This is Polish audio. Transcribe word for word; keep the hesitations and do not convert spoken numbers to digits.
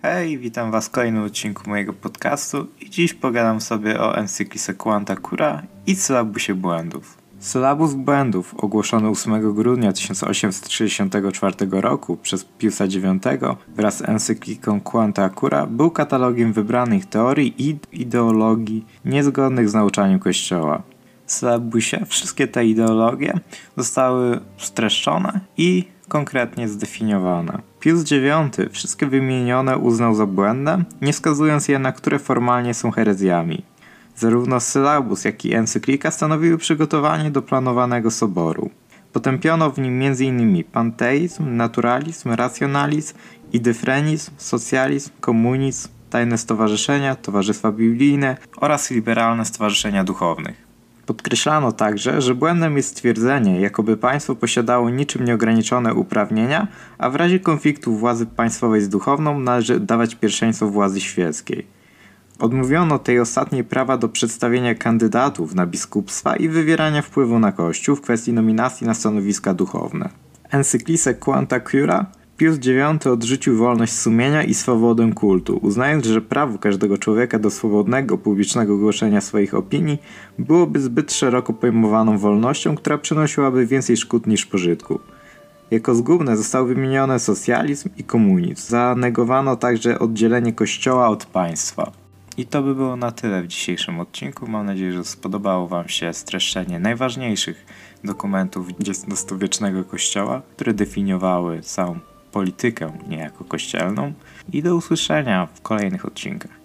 Hej, witam was w kolejnym odcinku mojego podcastu i dziś pogadam sobie o encyklice Quanta Cura i sylabusie błędów. Sylabus błędów, ogłoszony ósmego grudnia tysiąc osiemset sześćdziesiątego czwartego roku przez Piusa dziewiątego wraz z encykliką Quanta Cura, był katalogiem wybranych teorii i ideologii niezgodnych z nauczaniem Kościoła. W sylabusie wszystkie te ideologie zostały streszczone i konkretnie zdefiniowane. Pius dziewiąty wszystkie wymienione uznał za błędne, nie wskazując jednak, które formalnie są herezjami. Zarówno sylabus, jak i encyklika stanowiły przygotowanie do planowanego soboru. Potępiono w nim między innymi panteizm, naturalizm, racjonalizm, idyfrenizm, socjalizm, komunizm, tajne stowarzyszenia, towarzystwa biblijne oraz liberalne stowarzyszenia duchownych. Podkreślano także, że błędem jest stwierdzenie, jakoby państwo posiadało niczym nieograniczone uprawnienia, a w razie konfliktu władzy państwowej z duchowną należy dawać pierwszeństwo władzy świeckiej. Odmówiono tej ostatniej prawa do przedstawienia kandydatów na biskupstwa i wywierania wpływu na Kościół w kwestii nominacji na stanowiska duchowne. W encyklice Quanta Cura Pius dziewiąty odrzucił wolność sumienia i swobodę kultu, uznając, że prawo każdego człowieka do swobodnego, publicznego głoszenia swoich opinii byłoby zbyt szeroko pojmowaną wolnością, która przynosiłaby więcej szkód niż pożytku. Jako zgubne zostały wymienione socjalizm i komunizm. Zanegowano także oddzielenie Kościoła od państwa. I to by było na tyle w dzisiejszym odcinku. Mam nadzieję, że spodobało wam się streszczenie najważniejszych dokumentów dwudziestowiecznego Kościoła, które definiowały całą politykę niejako kościelną. I do usłyszenia w kolejnych odcinkach.